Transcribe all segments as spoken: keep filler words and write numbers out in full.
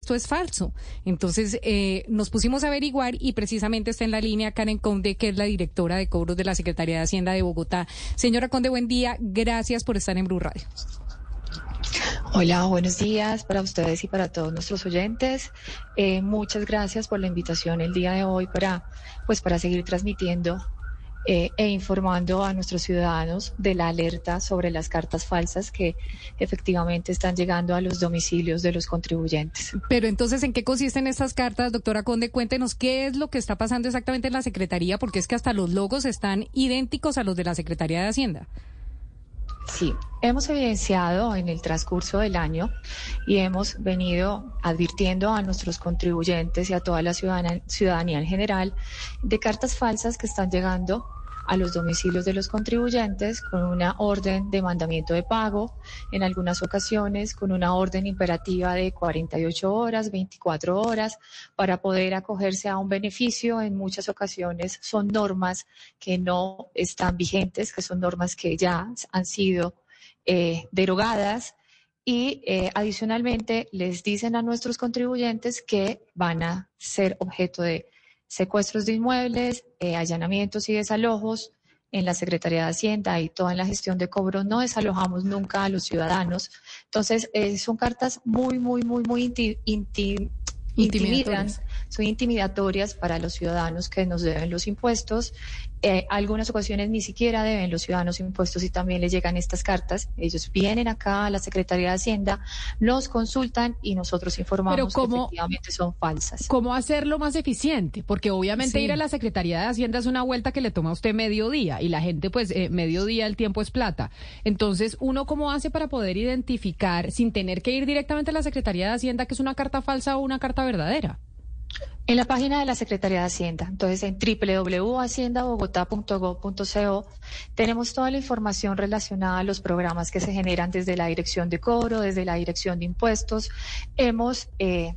esto es falso. Entonces eh, nos pusimos a averiguar y precisamente está en la línea Karen Conde, que es la directora de cobros de la Secretaría de Hacienda de Bogotá. Señora Conde, buen día. Gracias por estar en Blue Radio. Hola, buenos días para ustedes y para todos nuestros oyentes. Eh, muchas gracias por la invitación el día de hoy para, pues, para seguir transmitiendo eh, e informando a nuestros ciudadanos de la alerta sobre las cartas falsas que efectivamente están llegando a los domicilios de los contribuyentes. Pero entonces, ¿en qué consisten estas cartas, doctora Conde? Cuéntenos qué es lo que está pasando exactamente en la Secretaría, porque es que hasta los logos están idénticos a los de la Secretaría de Hacienda. Sí, hemos evidenciado en el transcurso del año y hemos venido advirtiendo a nuestros contribuyentes y a toda la ciudadanía, ciudadanía en general de cartas falsas que están llegando a los domicilios de los contribuyentes con una orden de mandamiento de pago, en algunas ocasiones con una orden imperativa de cuarenta y ocho horas, veinticuatro horas, para poder acogerse a un beneficio. En muchas ocasiones son normas que no están vigentes, que son normas que ya han sido eh, derogadas. Y eh, adicionalmente les dicen a nuestros contribuyentes que van a ser objeto de secuestros de inmuebles, eh, allanamientos y desalojos en la Secretaría de Hacienda y toda en la gestión de cobro. No desalojamos nunca a los ciudadanos. Entonces, eh, son cartas muy, muy, muy, muy inti, inti, intimidan, son intimidatorias para los ciudadanos que nos deben los impuestos. Eh, algunas ocasiones ni siquiera deben los ciudadanos impuestos y también les llegan estas cartas. Ellos vienen acá a la Secretaría de Hacienda, nos consultan y nosotros informamos que efectivamente son falsas. ¿Cómo hacerlo más eficiente? Porque obviamente sí, ir a la Secretaría de Hacienda es una vuelta que le toma a usted medio día y la gente, pues, eh, medio día el tiempo es plata. Entonces, ¿uno cómo hace para poder identificar sin tener que ir directamente a la Secretaría de Hacienda que es una carta falsa o una carta verdadera? En la página de la Secretaría de Hacienda, entonces en doble u doble u doble u punto hacienda bogotá punto gob punto co, tenemos toda la información relacionada a los programas que se generan desde la Dirección de Cobro, desde la Dirección de Impuestos. Hemos eh,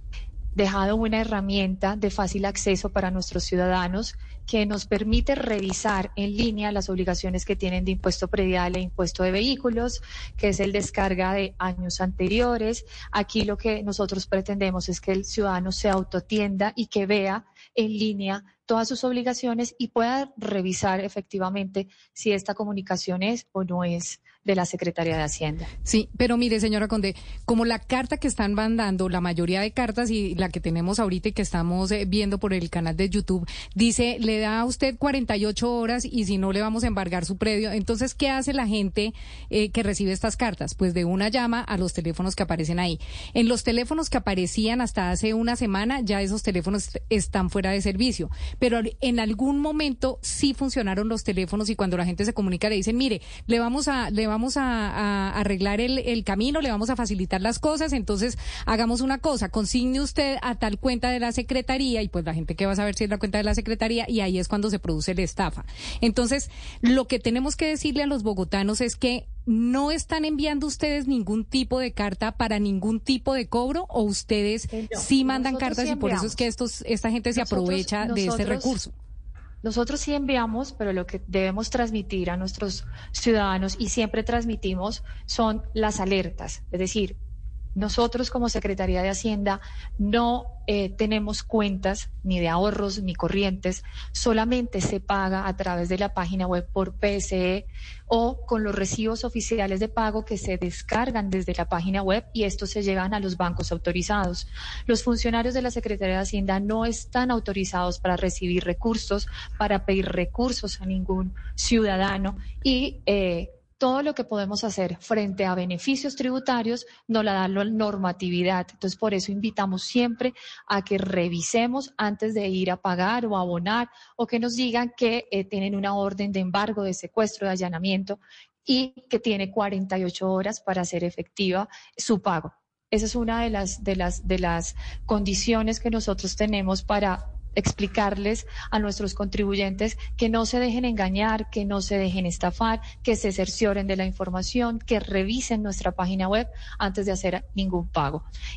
dejado una herramienta de fácil acceso para nuestros ciudadanos que nos permite revisar en línea las obligaciones que tienen de impuesto predial e impuesto de vehículos, que es el descarga de años anteriores. Aquí lo que nosotros pretendemos es que el ciudadano se autoatienda y que vea en línea todas sus obligaciones y pueda revisar efectivamente si esta comunicación es o no es de la Secretaría de Hacienda. Sí, pero mire, señora Conde, como la carta que están mandando, la mayoría de cartas y la que tenemos ahorita y que estamos eh, viendo por el canal de YouTube, dice, le da a usted cuarenta y ocho horas y si no le vamos a embargar su predio. Entonces, ¿qué hace la gente eh, que recibe estas cartas? Pues de una llama a los teléfonos que aparecen ahí. En los teléfonos que aparecían hasta hace una semana, ya esos teléfonos están fuera de servicio. Pero en algún momento sí funcionaron los teléfonos y cuando la gente se comunica le dicen, mire, le vamos a... Le vamos a, a arreglar el, el camino, le vamos a facilitar las cosas, entonces hagamos una cosa, consigne usted a tal cuenta de la Secretaría y pues la gente que va a saber si es la cuenta de la Secretaría y ahí es cuando se produce la estafa. Entonces, lo que tenemos que decirle a los bogotanos es que no están enviando ustedes ningún tipo de carta para ningún tipo de cobro o ustedes no, sí mandan cartas sí y por eso es que estos esta gente se nosotros, aprovecha nosotros, de este recurso. Nosotros sí enviamos, pero lo que debemos transmitir a nuestros ciudadanos y siempre transmitimos son las alertas. Es decir, nosotros como Secretaría de Hacienda no eh, tenemos cuentas ni de ahorros ni corrientes, solamente se paga a través de la página web por P S E o con los recibos oficiales de pago que se descargan desde la página web y estos se llevan a los bancos autorizados. Los funcionarios de la Secretaría de Hacienda no están autorizados para recibir recursos, para pedir recursos a ningún ciudadano y eh, todo lo que podemos hacer frente a beneficios tributarios nos la da la normatividad. Entonces, por eso invitamos siempre a que revisemos antes de ir a pagar o abonar o que nos digan que eh, tienen una orden de embargo, de secuestro, de allanamiento y que tiene cuarenta y ocho horas para hacer efectiva su pago. Esa es una de las, de las, de las condiciones que nosotros tenemos para explicarles a nuestros contribuyentes que no se dejen engañar, que no se dejen estafar, que se cercioren de la información, que revisen nuestra página web antes de hacer ningún pago. Y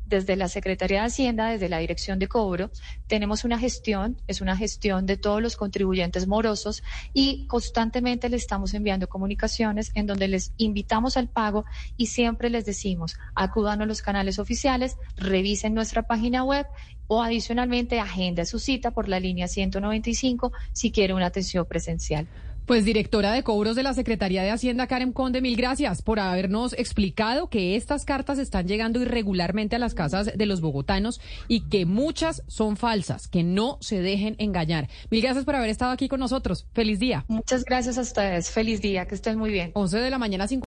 desde la Secretaría de Hacienda, desde la Dirección de Cobro, tenemos una gestión, es una gestión de todos los contribuyentes morosos y constantemente les estamos enviando comunicaciones en donde les invitamos al pago y siempre les decimos, acudan a los canales oficiales, revisen nuestra página web o adicionalmente agenda su cita por la línea ciento noventa y cinco si quiere una atención presencial. Pues directora de cobros de la Secretaría de Hacienda, Karen Conde, mil gracias por habernos explicado que estas cartas están llegando irregularmente a las casas de los bogotanos y que muchas son falsas, que no se dejen engañar. Mil gracias por haber estado aquí con nosotros. Feliz día. Muchas gracias a ustedes. Feliz día. Que estén muy bien. once de la mañana, cincuenta